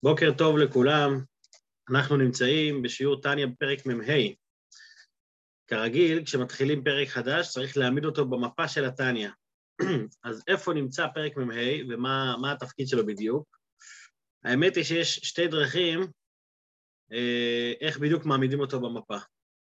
בוקר טוב לכולם, אנחנו נמצאים בשיעור תניה בפרק מ"ה. כרגיל, כשמתחילים פרק חדש, צריך להעמיד אותו במפה של התניה. אז איפה נמצא פרק מ"ה ומה התפקיד שלו בדיוק? האמת היא שיש שתי דרכים איך בדיוק מעמידים אותו במפה.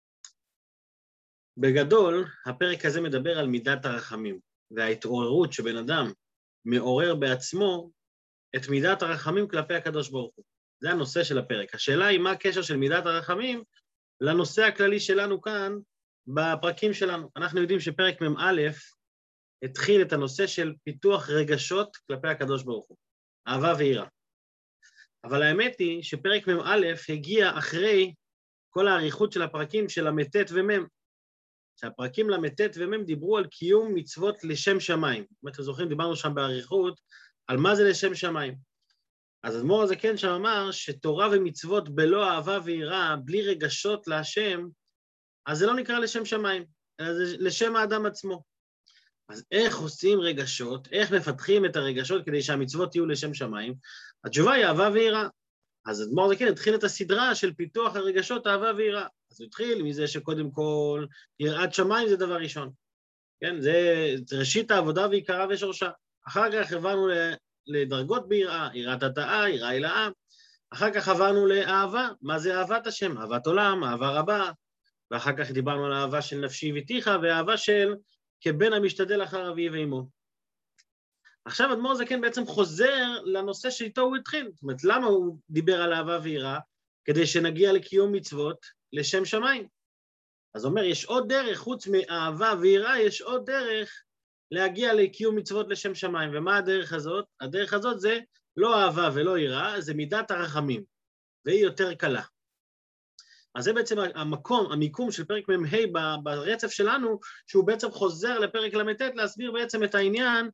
בגדול, הפרק הזה מדבר על מידת הרחמים, וההתעוררות שבן אדם מעורר בעצמו את מידת הרחמים כלפי הקדוש ברוך הוא. זה הנושא של הפרק. השאלה היא מה הקשר של מידת הרחמים לנושא הכללי שלנו כאן בפרקים שלנו. אנחנו יודעים שפרק מ"א התחיל את הנושא של פיתוח רגשות כלפי הקדוש ברוך הוא, אהבה ויראה. אבל האמת היא שפרק מ"א הגיע אחרי כל האריכות של הפרקים של ל"ט ומ"ם. שהפרקים ל"ט ומ"ם דיברו על קיום מצוות לשם שמיים. אם אתם זוכרים, דיברנו שם באריכות על מה זה לשם שמיים. אז אדמו"ר הזקן שם אמר שתורה ומצוות בלא אהבה ויראה, בלי רגשות להשם, אז זה לא נקרא לשם שמיים, אלא זה לשם האדם עצמו. אז איך עושים רגשות, איך מפתחים את הרגשות כדי שהמצוות יהיו לשם שמיים? התשובה היא אהבה ויראה. אז אדמו"ר הזקן התחיל את הסדרה של פיתוח הרגשות אהבה ויראה. אז הוא התחיל מזה שקודם כל יראת שמיים זה דבר ראשון. כן, זה ראשית העבודה ועיקרה ושורשה. אחר כך עברנו לדרגות ביראה, יראת התאה, יראה אלאה. אחר כך עברנו לאהבה, מה זה אהבת השם? אהבת עולם, אהבה רבה. ואחר כך דיברנו על האהבה של נפשי ביתיך, ואהבה של כבן המשתדל אחר אביו ואמו. עכשיו אדמו"ר זקן בעצם חוזר לנושא שאיתו הוא התחיל. זאת אומרת, למה הוא דיבר על אהבה ויראה? כדי שנגיע לקיום מצוות לשם שמיים. אז הוא אומר, יש עוד דרך, חוץ מאהבה ויראה, יש עוד דרך להגיע לקיום מצוות לשם שמיים. ומה הדרך הזאת? הדרך הזאת זה לא אהבה ולא יראה, זה מידת הרחמים, והיא יותר קלה. אז זה בעצם המיקום של פרק מ"ה ברצף שלנו, שהוא בעצם חוזר לפרק ל"ט להסביר בעצם את העניין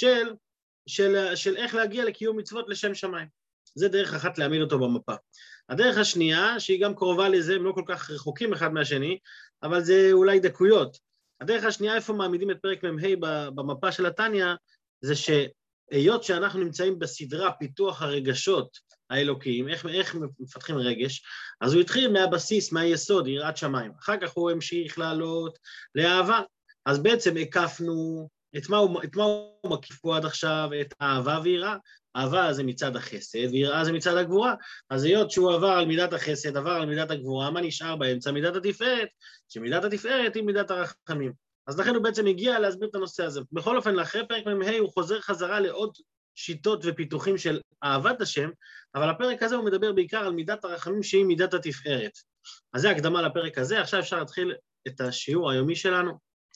של איך להגיע לקיום מצוות לשם שמיים. זה דרך אחת להעמיד אותו במפה. הדרך השנייה, שהיא גם קרובה לזה, הם לא כל כך רחוקים אחד מהשני, אבל זה אולי דקויות. הדרך השנייה, איפה מעמידים את פרק מ"ה במפה של התניה, זה שהיות שאנחנו נמצאים בסדרה פיתוח הרגשות האלוקיים, איך מפתחים רגש, אז הוא התחיל מהבסיס, מהיסוד, יראת שמיים. אחר כך הוא המשיך לעלות לאהבה. אז בעצם הקפנו, את מה הוא מקיף פה עד עכשיו? את האהבה ויראה. אהבה זה מצד החסד, ויראה זה מצד הגבורה. אז היות שהוא עבר על מידת החסד, עבר על מידת הגבורה, מה נשאר באמצע? מידת התפארת, שמידת התפארת היא מידת הרחמים. אז לכן הוא בעצם הגיע להסביר את הנושא הזה. בכל אופן, לאחרי פרק מ"ה הוא חוזר חזרה לעוד שיטות ופיתוחים של אהבת השם, אבל הפרק הזה הוא מדבר בעיקר על מידת הרחמים שהיא מידת התפארת. אז זה הקדמה לפרק הזה, עכשיו אפשר להתחיל את השיעור היומי שלנו.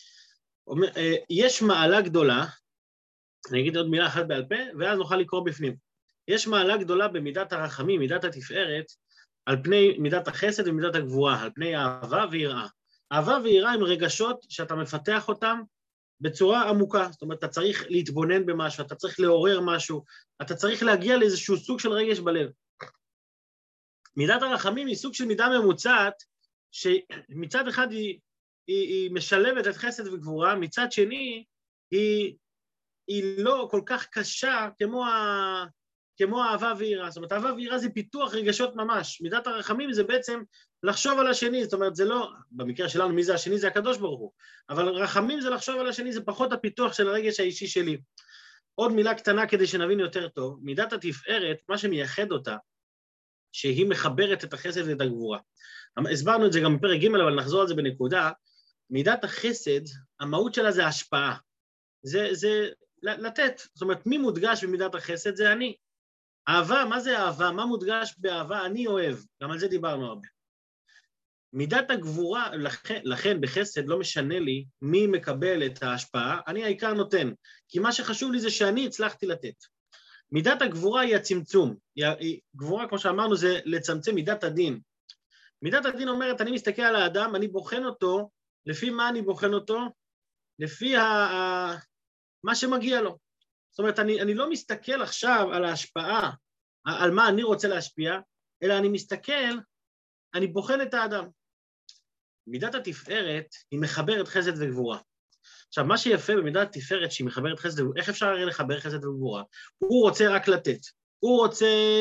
יש מעלה גדולה, אני אגיד עוד מילה אחת בעל פה, ואז נוכל לקרוא בפנים. יש מעלה גדולה במידת הרחמים, מידת התפארת, על פני מידת החסד ומידת הגבורה, על פני אהבה ויראה. אהבה ויראה הם רגשות שאתה מפתח אותם בצורה עמוקה, זאת אומרת, אתה צריך להתבונן במשהו, אתה צריך לעורר משהו, אתה צריך להגיע לאיזשהו סוג של רגש בלב. מידת הרחמים היא סוג של מידה ממוצעת, שמצד אחד היא משלבת את חסד וגבורה, מצד שני היא לא כל כך קשה כמו אהבה ויראה. זאת אומרת, אהבה ויראה זה פיתוח רגשות ממש. מידת הרחמים זה בעצם לחשוב על השני, זאת אומרת, זה לא, במקרה שלנו, מי זה השני? זה הקדוש ברוך הוא. אבל רחמים זה לחשוב על השני, זה פחות הפיתוח של הרגש האישי שלי. עוד מילה קטנה כדי שנבין יותר טוב, מידת התפארת, מה שמייחד אותה, שהיא מחברת את החסד ואת הגבורה. הסברנו את זה גם בפרק ג', אבל נחזור על זה בנקודה. מידת החסד, המהות שלה זה השפעה. זה לתת. זאת אומרת, מי מודגש במידת החסד? זה אני. אהבה, מה זה אהבה? מה מודגש באהבה? אני אוהב. גם על זה דיברנו הרבה. מידת הגבורה, לכן בחסד לא משנה לי מי מקבל את ההשפעה, אני העיקר נותן. כי מה שחשוב לי זה שאני הצלחתי לתת. מידת הגבורה היא הצמצום. גבורה, כמו שאמרנו, זה לצמצם מידת הדין. מידת הדין אומרת, אני מסתכל על האדם, אני בוחן אותו, לפי מה אני בוחן אותו? לפי מה שמגיע לו. זאת אומרת, אני לא מסתכל עכשיו על ההשפעה, על מה אני רוצה להשפיע, אלא אני מסתכל, אני בוחן את האדם. מידת התפארת היא מחברת חסד וגבורה. עכשיו, מה שיפה במידת התפארת שהיא מחברת חסד וגבורה, איך אפשר הרי לחבר חסד וגבורה? הוא רוצה רק לתת. הוא רוצה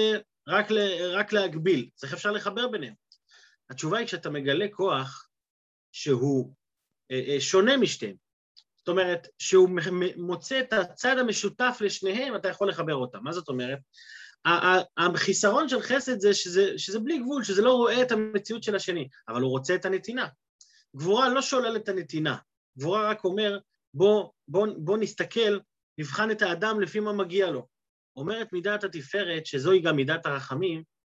רק להגביל, צריך אפשר לחבר ביניהם. התשובה היא כשאתה מגלה כוח שהוא שונה משתיהם, זאת אומרת, שהוא מוצא את הצד המשותף לשניהם, אתה יכול לחבר אותם. מה זאת אומרת? החיסרון של חסד זה שזה בלי גבול, שזה לא רואה את המציאות של השני, אבל הוא רוצה את הנתינה. גבורה לא שולל את הנתינה, גבורה רק אומר, בוא נסתכל, נבחן את האדם לפי מה מגיע לו. אומרת מידת התפארת, שזוהי גם מידת הרחמים,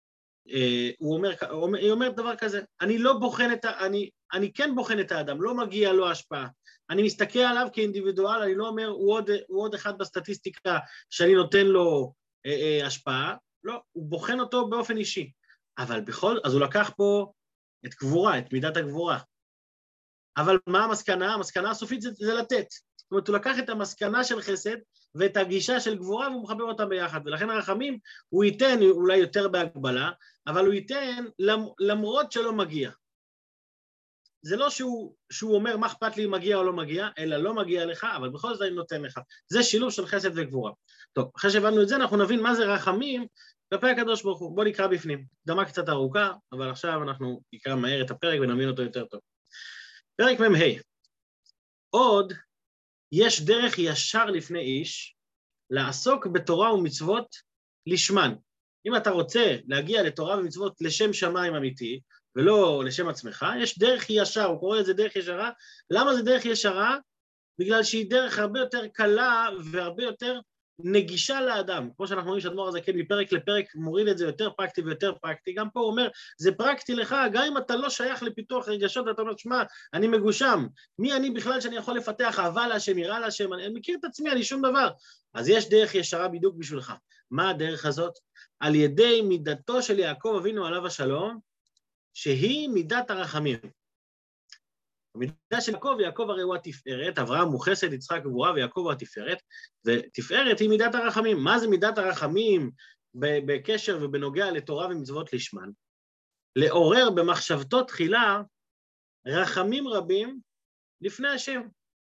היא אומרת דבר כזה, אני כן בוחן את האדם, לא מגיע לו השפעה. אני מסתכל עליו כאינדיבידואל, אני לא אומר, הוא עוד אחד בסטטיסטיקה שאני נותן לו השפעה, לא, הוא בוחן אותו באופן אישי. אבל אז הוא לקח פה את גבורה, את מידת הגבורה. אבל מה המסקנה? המסקנה הסופית זה לתת. זאת אומרת, הוא לקח את המסקנה של חסד ואת הגישה של גבורה והוא מחבר אותם ביחד. ולכן הרחמים הוא ייתן אולי יותר בהגבלה, אבל הוא ייתן למרות שלא מגיע. זה לא שהוא אומר מה אכפת לי אם מגיע או לא מגיע, אלא לא מגיע לך, אבל בכל זאת אני נותן לך. זה שילוב של חסד וגבורה. טוב, אחרי שהבנו את זה, אנחנו נבין מה זה רחמים כלפי הקדוש ברוך הוא. בואו נקרא בפנים. הקדמה קצת ארוכה, אבל עכשיו אנחנו נקרא מהר את הפרק ונבין אותו יותר טוב. פרק מ"ה. עוד יש דרך ישר לפני איש לעסוק בתורה ומצוות לשמן. אם אתה רוצה להגיע לתורה ומצוות לשם שמיים אמיתי, ולא לשם עצמך, יש דרך ישר, הוא קורא לזה דרך ישרה. למה זה דרך ישרה? בגלל שהיא דרך הרבה יותר קלה והרבה יותר נגישה לאדם. כמו שאנחנו רואים שהאדמו"ר הזה כן מפרק לפרק מוריד את זה יותר פרקטי ויותר פרקטי. גם פה הוא אומר, זה פרקטי לך, גם אם אתה לא שייך לפיתוח רגשות, אתה אומר, שמע, אני מגושם. מי אני בכלל שאני יכול לפתח אהבה להשם, יראה להשם, אני מכיר את עצמי, אני שום דבר. אז יש דרך ישרה בדיוק בשבילך. מה הדרך הזאת? על ידי מידתו של יעקב אבינו עליו השלום, שהיא מידת הרחמים. המידה של יעקב הרי הוא התפארת, אברהם הוא חסד, יצחק גבורה ויעקב הוא התפארת, ותפארת היא מידת הרחמים. מה זה מידת הרחמים בקשר ובנוגע לתורה ומצוות לשמן? לעורר במחשבתו תחילה רחמים רבים לפני השם.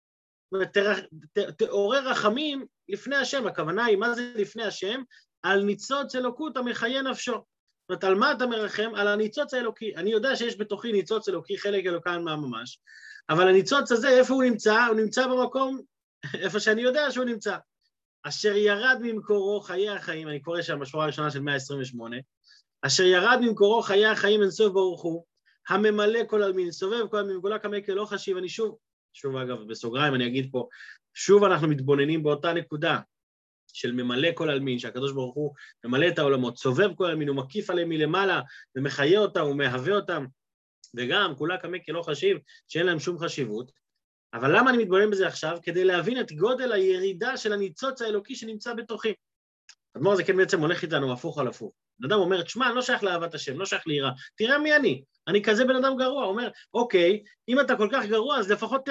תעורר רחמים לפני השם, הכוונה היא מה זה לפני השם? על ניצוץ אלוקות המחיה נפשו. זאת אומרת, על מה אתה מרחם? על הניצוץ האלוקי. אני יודע שיש בתוכי ניצוץ אלוקי, חלק אלוקן ממש, אבל הניצוץ הזה, איפה הוא נמצא? הוא נמצא במקום, איפה שאני יודע שהוא נמצא. אשר ירד ממקורו חיי החיים, אני קורא שם בשורה הראשונה של 128, אשר ירד ממקורו חיי החיים אינסוף ברוך הוא, הממלא כל עלמין, סובב כל עלמין, גולה כמי כלא חשיב. אני שוב אגב, בסוגריים אני אגיד פה, שוב אנחנו מתבוננים באותה נקודה, של ממלא כל עלמין, שהקדוש ברוך הוא ממלא את העולמות, סובב כל עלמין, הוא מקיף עליהם מלמעלה, ומחיה אותם, הוא מהווה אותם, וגם כולה כמי כלא חשיב, שאין להם שום חשיבות. אבל למה אני מתבונן בזה עכשיו? כדי להבין את גודל הירידה של הניצוץ האלוקי שנמצא בתוכי. האדמו"ר הזה כן בעצם הולך איתנו הפוך על הפוך. אדם אומר, תשמע, אני לא שייך לאהבת השם, לא שייך ליראה, תראה מי אני כזה בן אדם גרוע. הוא אומר, אוקיי, אם אתה כל כך גרוע, אז לפחות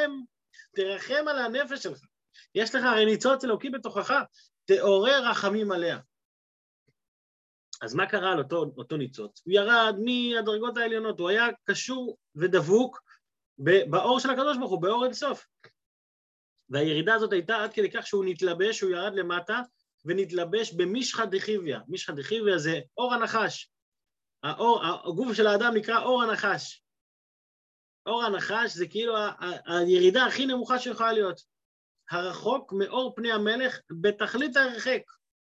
תרחם על הנפש שלך. יש לך הרי ניצוץ אלוקי בתוכך, תעורר רחמים עליה. אז מה קרה על אותו ניצוץ? הוא ירד מהדרגות העליונות, הוא היה קשור ודבוק באור של הקדוש ברוך הוא, באור אין סוף. והירידה הזאת הייתה עד כדי כך שהוא נתלבש, הוא ירד למטה, ונתלבש במשחא דחיביא. משחא דחיביא זה אור הנחש. הגוף של האדם נקרא אור הנחש. אור הנחש זה כאילו הירידה הכי נמוכה שיכולה להיות. הרחוק מאור פני המלך בתכלית הרחק.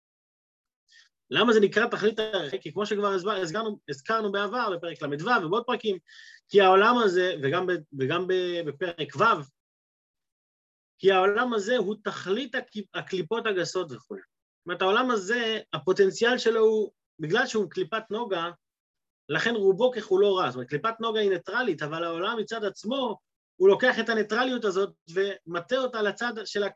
למה זה נקרא תכלית הרחק? כי כמו שכבר הזכרנו בעבר בפרק למדו ובעוד פרקים, כי העולם הזה, וגם בפרק ו', כי העולם הזה הוא תכלית הקליפות הגסות וכו'. זאת אומרת, העולם הזה, הפוטנציאל שלו הוא, בגלל שהוא קליפת נוגה, לכן רובו ככולו רע. זאת אומרת, קליפת נוגה היא ניטרלית, אבל העולם מצד עצמו, הוא לוקח את הניטרליות הזאת ומטה אותה לצד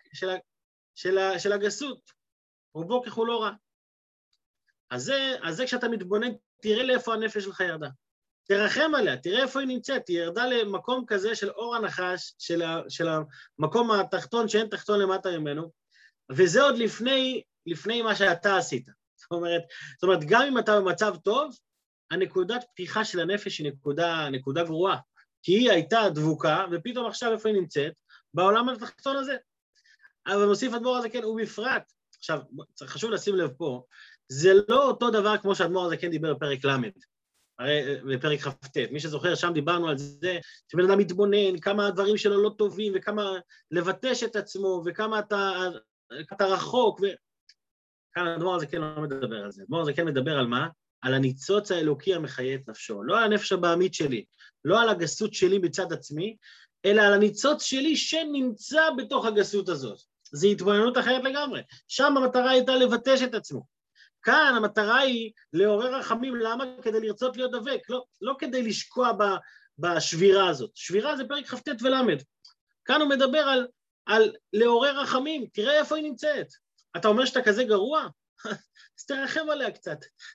של הגסות. רובו ככולו רע. אז זה כשאתה מתבונן, תראה לאיפה הנפש שלך ירדה. תרחם עליה, תראה איפה היא נמצאת, היא ירדה למקום כזה של אור הנחש, של המקום התחתון שאין תחתון למטה ממנו, וזה עוד לפני מה שאתה עשית. זאת אומרת, גם אם אתה במצב טוב, הנקודת פתיחה של הנפש היא נקודה גרועה, כי היא הייתה דבוקה, ופתאום עכשיו איפה היא נמצאת? בעולם התחתון הזה. אבל מוסיף האדמו"ר הזה, כן, ובפרט. עכשיו, חשוב לשים לב פה, זה לא אותו דבר כמו שהאדמו"ר הזה כן דיבר בפרק ל', הרי בפרק כ"ט, מי שזוכר, שם דיברנו על זה, שבן אדם מתבונן, כמה הדברים שלו לא טובים, וכמה לבטש את עצמו, וכמה אתה רחוק, כאן האדמו"ר הזה כן לא מדבר על זה, האדמו"ר הזה כן מדבר על מה? על הניצוץ האלוקי המחיה את נפשו, לא על הנפש הבעמית שלי, לא על הגסות שלי בצד עצמי, אלא על הניצוץ שלי שנמצא בתוך הגסות הזאת. זו התבוננות אחרת לגמרי. שם המטרה הייתה לבטש את עצמו. כאן המטרה היא לעורר רחמים, למה? כדי לרצות להיות דבק, לא כדי לשקוע בשבירה הזאת. שבירה זה פרק כ"ט ולמד. כאן הוא מדבר על לעורר רחמים, תראה איפה היא נמצאת. אתה אומר שאתה כזה גרוע? אז תרחם עליה קצת.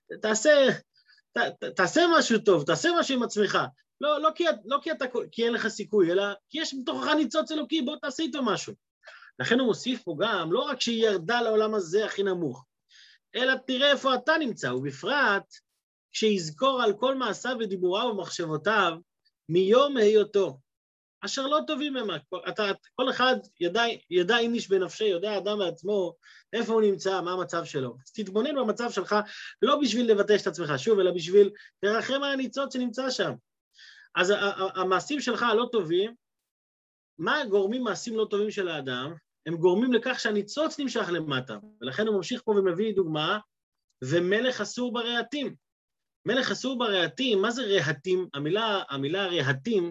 תעשה משהו טוב, תעשה משהו עם עצמך. לא כי אין לך סיכוי, אלא כי יש בתוכך ניצוץ אלוקי, בוא תעשה איתו משהו. לכן הוא מוסיף פה גם, לא רק שהיא ירדה לעולם הזה הכי נמוך, אלא תראה איפה אתה נמצא, ובפרט כשיזכור על כל מעשיו ודיבוריו ומחשבותיו מיום היותו, אשר לא טובים הם. כל אחד ידע איניש בנפשי, יודע אדם בעצמו איפה הוא נמצא, מה המצב שלו. אז תתבונן במצב שלך, לא בשביל לבטש את עצמך שוב, אלא בשביל תרחם על הניצוץ שנמצא שם. אז המעשים שלך הלא טובים, מה גורמים מעשים לא טובים של האדם? הם גורמים לכך שהניצוץ נמשך למטה, ולכן הוא ממשיך פה ומביא דוגמה, ומלך אסור ברהטים. מלך אסור ברהטים, מה זה רהטים? המילה רהטים,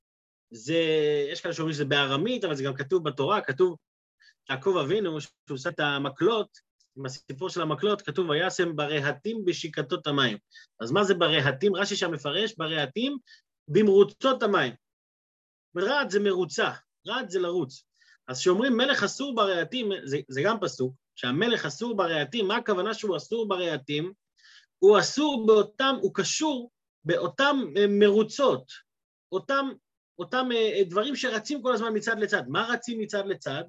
יש כאלה שאומרים שזה בארמית, אבל זה גם כתוב בתורה, כתוב יעקב אבינו, שהוא עושה את המקלות, עם הסיפור של המקלות, כתוב וישם ברהטים בשיקתות המים. אז מה זה ברהטים? רש"י שם מפרש, ברהטים במרוצות המים. רהט זה מרוצה, רהט זה לרוץ. אז שאומרים מלך אסור ברהטים, זה גם פסוק, שהמלך אסור ברהטים, מה הכוונה שהוא אסור ברהטים? הוא אסור הוא קשור באותם מרוצות, אותם דברים שרצים כל הזמן מצד לצד. מה רצים מצד לצד?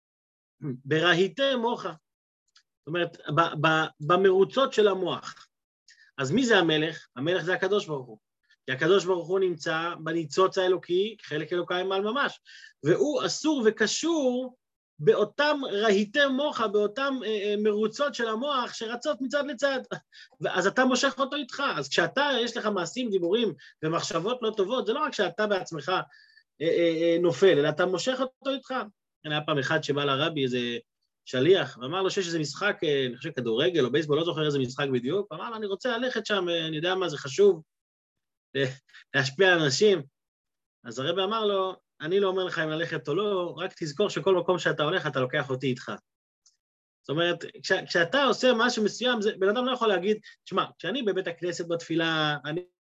ברהיטי מוחה. זאת אומרת, במרוצות של המוח. אז מי זה המלך? המלך זה הקדוש ברוך הוא. כי הקדוש ברוך הוא נמצא בניצוץ האלוקי, חלק אלוקי מעל ממש, והוא אסור וקשור באותם רהיטי מוחה, באותם מרוצות של המוח שרצות מצד לצד. אז אתה מושך אותו איתך. אז כשאתה, יש לך מעשים, דיבורים ומחשבות לא טובות, זה לא רק שאתה בעצמך נופל, אלא אתה מושך אותו איתך. היה פעם אחד שבא לרבי איזה שליח, ואמר לו שיש איזה משחק, אני חושב כדורגל או בייסבול, לא זוכר איזה משחק בדיוק, אמר לו, אני רוצה ללכת שם, אני יודע מה זה חשוב, להשפיע על אנשים. אז הרבי אמר לו, אני לא אומר לך אם ללכת או לא, רק תזכור שכל מקום שאתה הולך, אתה לוקח אותי איתך. זאת אומרת, כשאתה עושה משהו מסוים, בן אדם לא יכול להגיד, תשמע, כשאני בבית הכנסת בתפילה,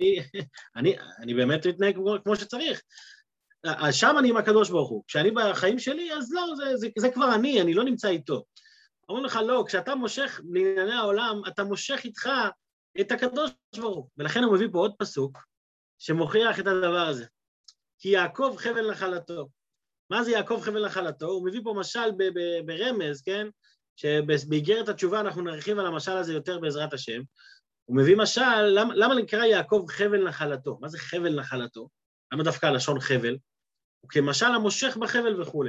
אני באמת מתנהג כמו שצריך. שם אני עם הקדוש ברוך הוא. כשאני בחיים שלי, אז לא, זה כבר אני לא נמצא איתו. אומרים לך, לא, כשאתה מושך לענייני העולם, אתה מושך איתך את הקדוש ברוך הוא. ולכן הוא מביא פה עוד פסוק, שמוכיח את הדבר הזה. כי יעקב חבל נחלתו. מה זה יעקב חבל נחלתו? הוא מביא פה משל ברמז, כן? שבאיגרת התשובה אנחנו נרחיב על המשל הזה יותר בעזרת השם. הוא מביא משל, למה נקרא יעקב חבל נחלתו? מה זה חבל נחלתו? למה דווקא הלשון חבל? הוא כמשל המושך בחבל וכו'.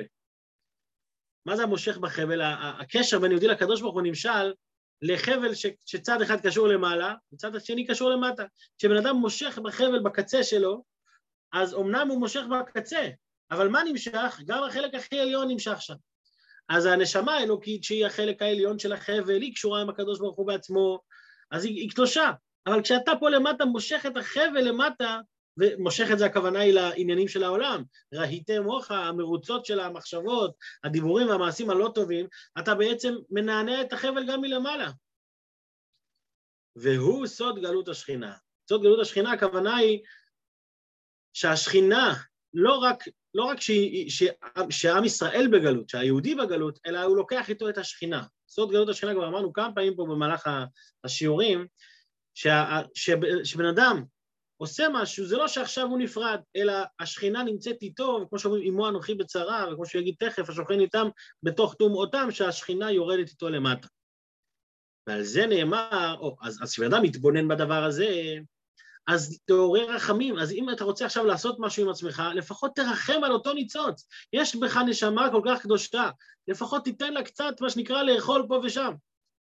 מה זה המושך בחבל? הקשר בין יהודי לקדוש ברוך הוא נמשל לחבל שצד אחד קשור למעלה, וצד השני קשור למטה. כשבן אדם מושך בחבל בקצה שלו, אז אמנם הוא מושך בקצה, אבל מה נמשך? גם החלק הכי עליון נמשך שם. אז הנשמה האלוקית, שהיא החלק העליון של החבל, היא קשורה עם הקדוש ברוך הוא בעצמו, אז היא קדושה. אבל כשאתה פה למטה מושך את החבל למטה, ומושך את זה הכוונה היא לעניינים של העולם, רהיטי מוחה, המרוצות של המחשבות, הדיבורים והמעשים הלא טובים, אתה בעצם מנענע את החבל גם מלמעלה. והוא סוד גלות השכינה. סוד גלות השכינה, הכוונה היא שהשכינה, לא רק שעם ישראל בגלות, שהיהודי בגלות, אלא הוא לוקח איתו את השכינה. סוד גלות השכינה, כבר אמרנו כמה פעמים פה במהלך השיעורים, שבן אדם עושה משהו, זה לא שעכשיו הוא נפרד, אלא השכינה נמצאת איתו, וכמו שאומרים, אמו אנוכי בצרה, וכמו שהוא יגיד תכף, השוכן איתם בתוך טומאותם, שהשכינה יורדת איתו למטה. ועל זה נאמר, אז כשבן אדם מתבונן בדבר הזה, אז תעורר רחמים. אז אם אתה רוצה עכשיו לעשות משהו עם עצמך, לפחות תרחם על אותו ניצוץ. יש בך נשמה כל כך קדושה, לפחות תיתן לה קצת, מה שנקרא, לאכול פה ושם.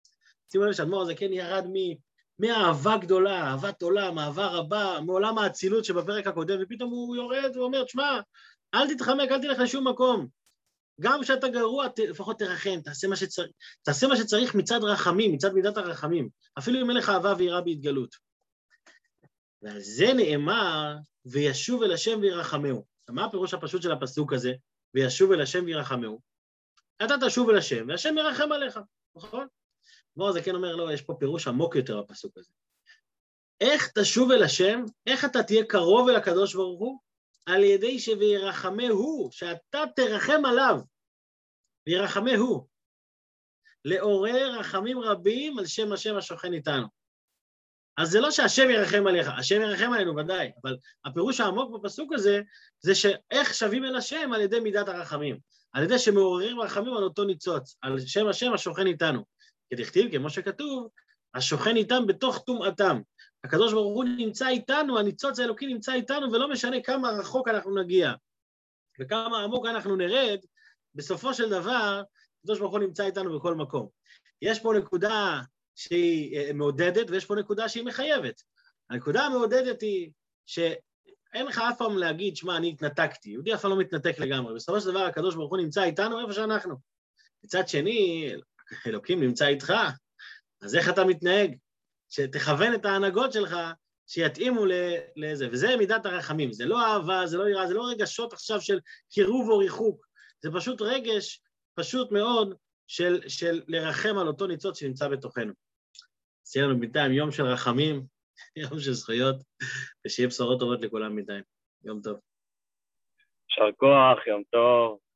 שימו לב שהאדמו"ר הזה כן ירד מאהבה גדולה, אהבת עולם, אהבה רבה, מעולם האצילות שבפרק הקודם, ופתאום הוא יורד ואומר, תשמע, אל תתחמק, אל תלך לשום מקום. גם כשאתה גרוע, לפחות תרחם, תעשה מה שצריך מצד רחמים, מצד מידת הרחמים. אפילו אם אין לך אהבה ויראה בהתגלות. ועל זה נאמר, וישוב אל השם וירחמהו. מה הפירוש הפשוט של הפסוק הזה? וישוב אל השם וירחמהו. אתה תשוב אל השם, והשם ירחם עליך, נכון? בואו, זה כן אומר, לא, יש פה פירוש עמוק יותר בפסוק הזה. איך תשוב אל השם, איך אתה תהיה קרוב אל הקדוש ברוך הוא? על ידי שוירחמהו, שאתה תרחם עליו, וירחמהו. לעורר רחמים רבים על שם השם השוכן איתנו. אז זה לא שהשם ירחם עליך, השם ירחם עלינו ודאי, אבל הפירוש העמוק בפסוק הזה, זה שאיך שווים אל השם על ידי מידת הרחמים, על ידי שמעוררים רחמים על אותו ניצוץ, על שם השם השוכן איתנו. כדכתיב, כמו שכתוב, השוכן איתם בתוך טומאתם. הקדוש ברוך הוא נמצא איתנו, הניצוץ האלוקי נמצא איתנו, ולא משנה כמה רחוק אנחנו נגיע, וכמה עמוק אנחנו נרד, בסופו של דבר, הקדוש ברוך הוא נמצא איתנו בכל מקום. יש פה נקודה שהיא מעודדת, ויש פה נקודה שהיא מחייבת. הנקודה המעודדת היא שאין לך אף פעם להגיד, שמה, אני התנתקתי, יהודי אף פעם לא מתנתק לגמרי. בסופו של דבר, הקדוש ברוך הוא נמצא איתנו איפה שאנחנו. מצד שני, אלוקים נמצא איתך, אז איך אתה מתנהג? שתכוון את ההנהגות שלך, שיתאימו לזה. וזה מידת הרחמים. זה לא אהבה, זה לא יראה, זה לא רגשות עכשיו של קירוב או ריחוק. זה פשוט רגש, פשוט מאוד, של לרחם על אותו ניצוץ שנמצא בתוכנו. שיהיה לנו בינתיים יום של רחמים, יום של זכויות, ושיהיה בשורות טובות לכולם בינתיים. יום טוב. יישר כוח, יום טוב.